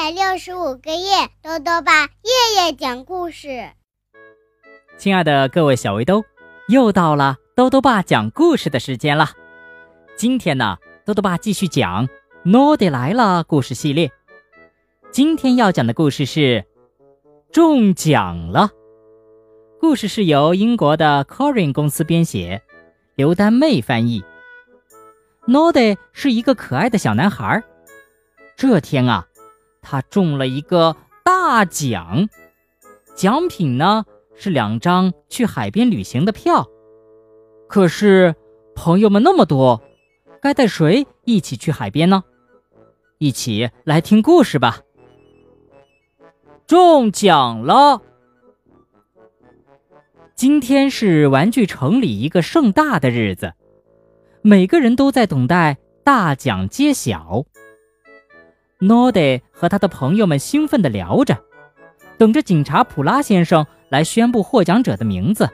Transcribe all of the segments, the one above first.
365个夜，豆豆爸夜夜讲故事。 亲爱的各位小围兜，又到了豆豆爸讲故事的时间了。今天呢，豆豆爸继续讲《诺迪来了》故事系列。今天要讲的故事是中奖了。故事是由英国的 Corin 公司编写，刘丹妹翻译。诺迪是一个可爱的小男孩。这天啊，他中了一个大奖，奖品呢是2张去海边旅行的票。可是朋友们那么多，该带谁一起去海边呢？一起来听故事吧。中奖了！今天是玩具城里一个盛大的日子，每个人都在等待大奖揭晓。诺迪和他的朋友们兴奋地聊着，等着警察普拉先生来宣布获奖者的名字。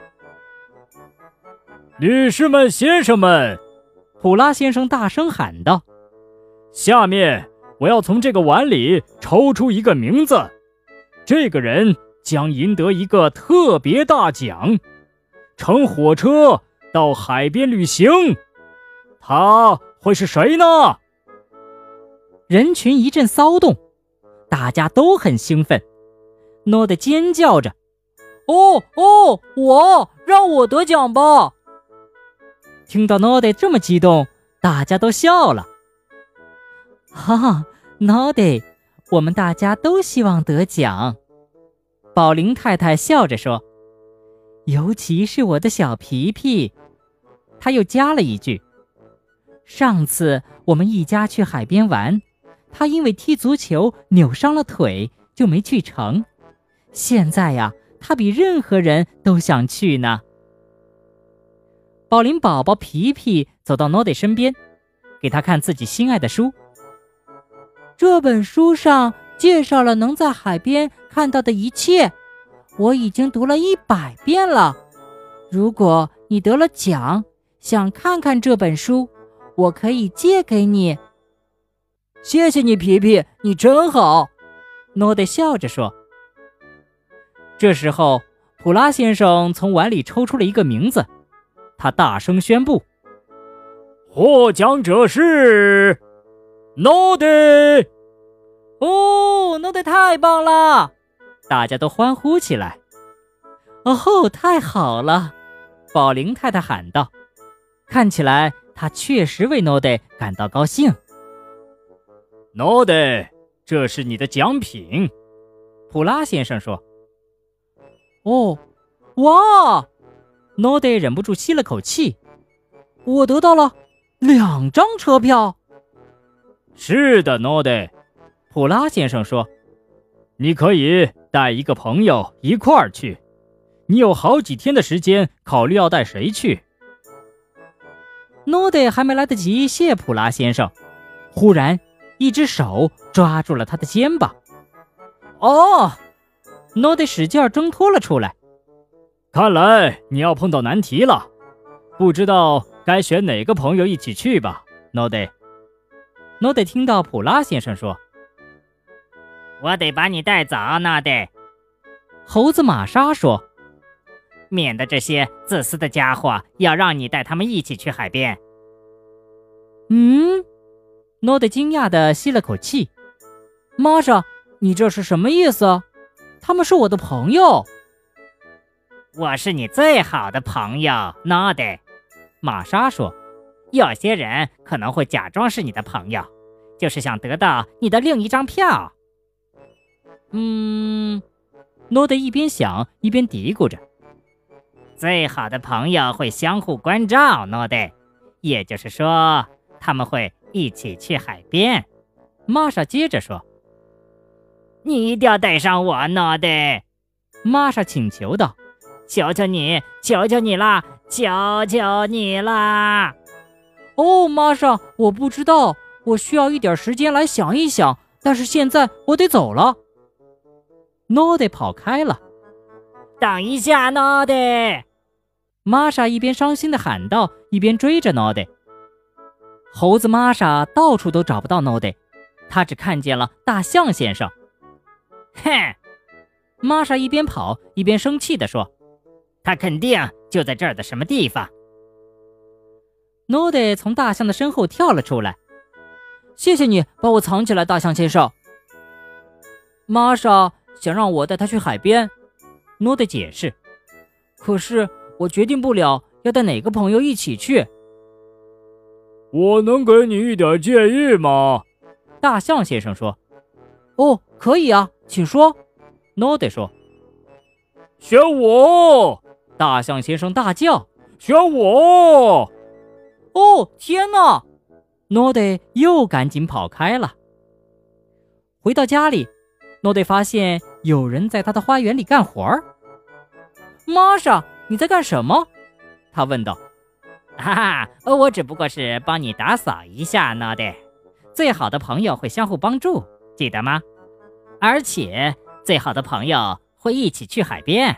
女士们、先生们， 普拉先生大声喊道， 下面我要从这个碗里抽出一个名字，这个人将赢得一个特别大奖，乘火车到海边旅行。他会是谁呢？ 人群一阵骚动，大家都很兴奋。诺迪尖叫着，让我得奖吧！听到诺迪这么激动，大家都笑了。诺迪，我们大家都希望得奖。宝玲太太笑着说，尤其是我的小皮皮。她又加了一句，上次我们一家去海边玩，他因为踢足球扭伤了腿，就没去成。现在呀，他比任何人都想去呢。宝林宝宝皮皮走到诺迪身边，给他看自己心爱的书。这本书上介绍了能在海边看到的一切，我已经读了100遍了。如果你得了奖，想看看这本书，我可以借给你。谢谢你，皮皮，你真好。诺迪笑着说。这时候，普拉先生从碗里抽出了一个名字，他大声宣布： 获奖者是诺迪！ 诺迪太棒了！大家都欢呼起来。太好了！宝玲太太喊道。看起来他确实为诺迪感到高兴。 诺迪，这是你的奖品， 普拉先生说。哇！诺迪忍不住吸了口气。我得到了2张车票。 是的，诺迪， 普拉先生说。 你可以带一个朋友一块儿去，你有好几天的时间考虑要带谁去。 诺迪还没来得及谢普拉先生，忽然一只手抓住了他的肩膀。诺迪使劲挣脱了出来。 看来你要碰到难题了，不知道该选哪个朋友一起去吧，诺迪。 诺迪听到普拉先生说， 我得把你带走，诺迪。 猴子玛莎说， 免得这些自私的家伙要让你带他们一起去海边。 诺迪惊讶地吸了口气。玛莎，你这是什么意思？他们是我的朋友。 我是你最好的朋友，诺迪。 玛莎说， 有些人可能会假装是你的朋友，就是想得到你的另一张票。 诺迪一边想一边嘀咕着， 最好的朋友会相互关照，诺迪，也就是说他们会一起去海边。 玛莎接着说， 你一定要带上我，诺迪。 玛莎请求道， 求求你，求求你啦，求求你啦！ 玛莎，我不知道，我需要一点时间来想一想，但是现在我得走了。诺迪跑开了。 等一下，诺迪！ 玛莎一边伤心地喊道，一边追着诺迪。猴子玛莎到处都找不到诺迪，他只看见了大象先生， 哼！ 玛莎一边跑一边生气地说：“ 他肯定就在这儿的什么地方。” 诺德从大象的身后跳了出来。“谢谢你把我藏起来，大象先生。”玛莎想让我带她去海边，诺德解释。可是我决定不了要带哪个朋友一起去。 我能给你一点建议吗？ 大象先生说。哦，可以啊，请说。诺德说。 选我！ 大象先生大叫。 选我！ 哦，天哪！诺德又赶紧跑开了。回到家里，诺德发现有人在他的花园里干活儿。玛莎，你在干什么？他问道。 哈哈，我只不过是帮你打扫一下呢的。最好的朋友会相互帮助，记得吗？而且最好的朋友会一起去海边。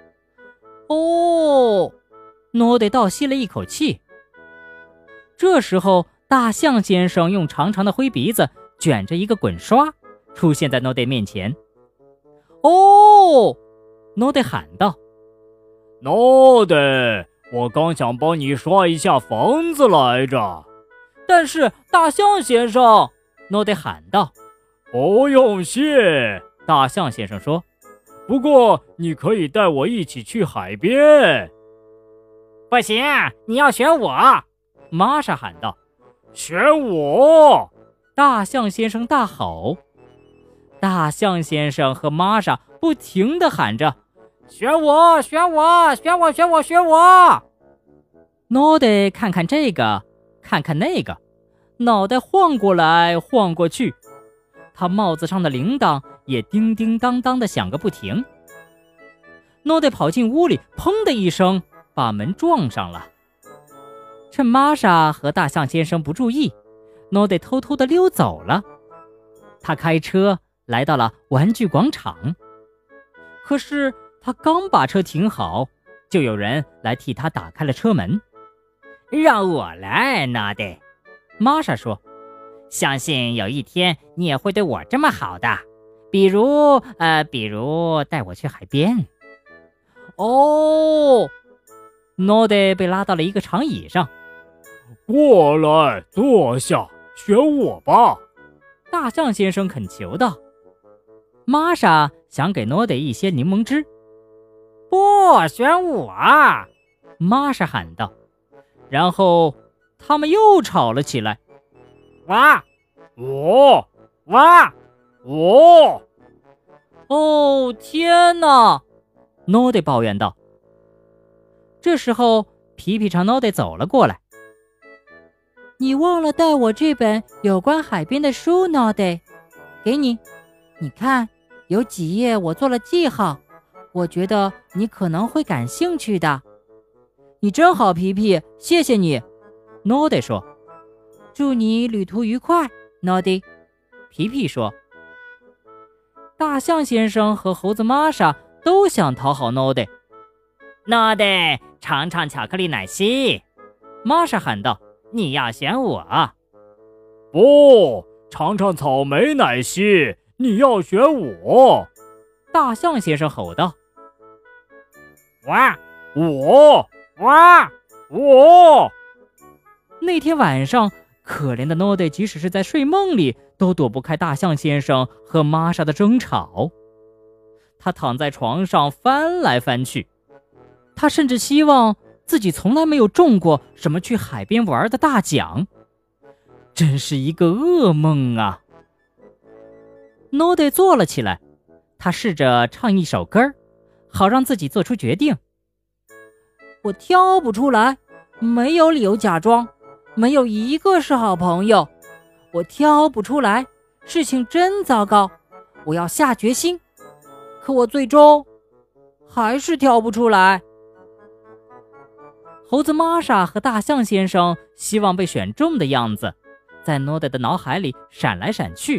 哦，诺德倒吸了一口气。这时候，大象先生用长长的灰鼻子卷着一个滚刷，出现在诺德面前。哦，诺德喊道。 诺德，我刚想帮你刷一下房子来着。 但是大象先生，诺德喊道。 不用谢， 大象先生说。 不过你可以带我一起去海边。 不行，你要选我， 玛莎喊道。 选我！ 大象先生大吼。大象先生和玛莎不停地喊着： 选我，选我，选我，选我，选我！ 诺德看看这个，看看那个，脑袋晃过来晃过去，他帽子上的铃铛也叮叮当当地响个不停。诺德跑进屋里，砰的一声把门撞上了。趁玛莎和大象先生不注意，诺德偷偷地溜走了。他开车来到了玩具广场，可是他刚把车停好，就有人来替他打开了车门。 让我来，诺德， 玛莎说。 相信有一天你也会对我这么好的，比如带我去海边。 哦，诺德被拉到了一个长椅上。 过来，坐下，选我吧。 大象先生恳求道。玛莎想给诺德一些柠檬汁。 不，选我！ 玛莎喊道。然后他们又吵了起来。 我！ 哦，天哪！诺德抱怨道。这时候，皮皮朝诺德走了过来。你忘了带我这本有关海边的书，诺德，给你。你看，有几页我做了记号，我觉得你可能会感兴趣的。你真好，皮皮，谢谢你。诺德说。祝你旅途愉快，诺德。皮皮说。大象先生和猴子玛莎都想讨好诺德。 诺德，尝尝巧克力奶昔， 玛莎喊道。 你要选我。 不，尝尝草莓奶昔，你要选我。 大象先生吼道。 我。 那天晚上，可怜的诺德即使是在睡梦里，都躲不开大象先生和玛莎的争吵。他躺在床上翻来翻去，他甚至希望自己从来没有中过什么去海边玩的大奖，真是一个噩梦啊。诺德坐了起来，他试着唱一首歌，好让自己做出决定。我挑不出来，没有理由假装，没有一个是好朋友。我挑不出来，事情真糟糕，我要下决心。可我最终还是挑不出来。猴子玛莎和大象先生希望被选中的样子，在诺德的脑海里闪来闪去。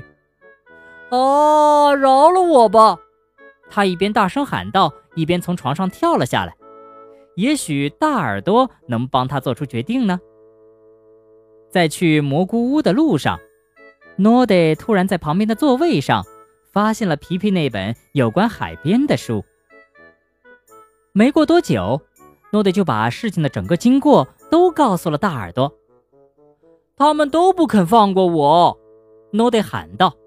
饶了我吧！他一边大声喊道，一边从床上跳了下来。也许大耳朵能帮他做出决定呢。在去蘑菇屋的路上，诺德突然在旁边的座位上发现了皮皮那本有关海边的书。没过多久，诺德就把事情的整个经过都告诉了大耳朵。他们都不肯放过我，诺德喊道。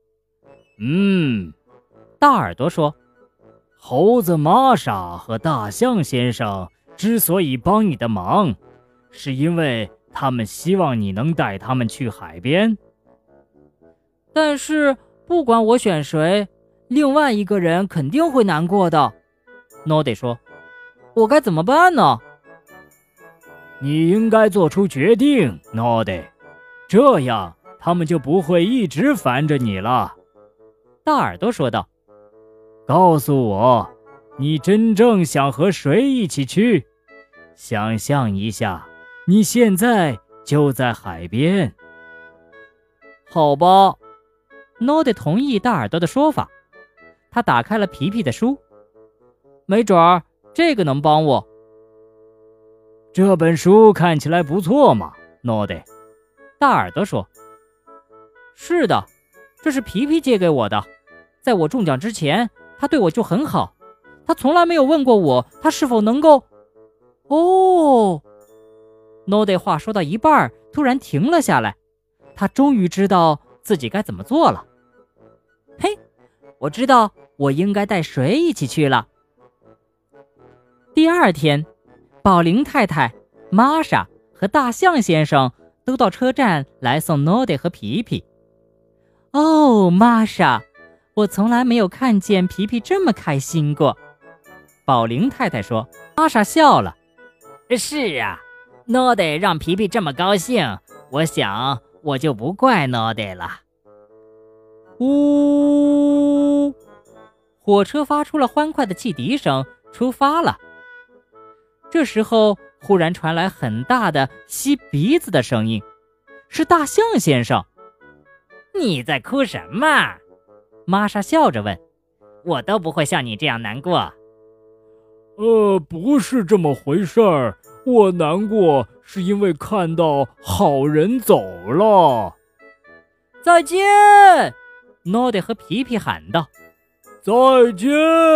大耳朵说，猴子玛莎和大象先生之所以帮你的忙，是因为他们希望你能带他们去海边。 但是不管我选谁，另外一个人肯定会难过的，诺德说。我该怎么办呢？ 你应该做出决定，诺德，这样他们就不会一直烦着你了。 大耳朵说道。 告诉我，你真正想和谁一起去？想象一下，你现在就在海边。 好吧，诺德同意大耳朵的说法。他打开了皮皮的书，没准儿这个能帮我。 这本书看起来不错嘛，诺德。 大耳朵说。是的，这是皮皮借给我的。在我中奖之前，他对我就很好。他从来没有问过我，他是否能够……哦，诺德话说到一半，突然停了下来。他终于知道自己该怎么做了。嘿，我知道我应该带谁一起去了。第二天，宝玲太太、玛莎和大象先生都到车站来送诺德和皮皮。哦，玛莎，我从来没有看见皮皮这么开心过。宝玲太太说。玛莎笑了。 是啊，诺德让皮皮这么高兴，我想我就不怪诺德了。 呜，火车发出了欢快的汽笛声，出发了。这时候忽然传来很大的吸鼻子的声音，是大象先生。 你在哭什么？ 玛莎笑着问。 我都不会像你这样难过。 不是这么回事儿，我难过是因为看到好人走了。 再见，诺德和皮皮喊道。 再见。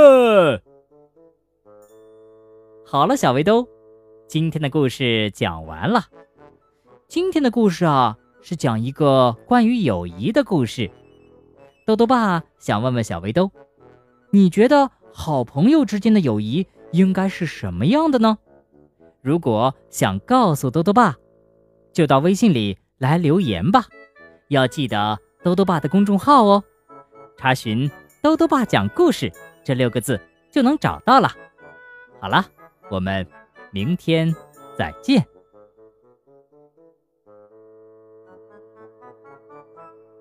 好了，小围兜，今天的故事讲完了。今天的故事啊，是讲一个关于友谊的故事。豆豆爸想问问小围兜，你觉得好朋友之间的友谊应该是什么样的呢？如果想告诉豆豆爸，就到微信里来留言吧。要记得豆豆爸的公众号哦，查询豆豆爸讲故事这6个字就能找到了。好了，我们明天再见。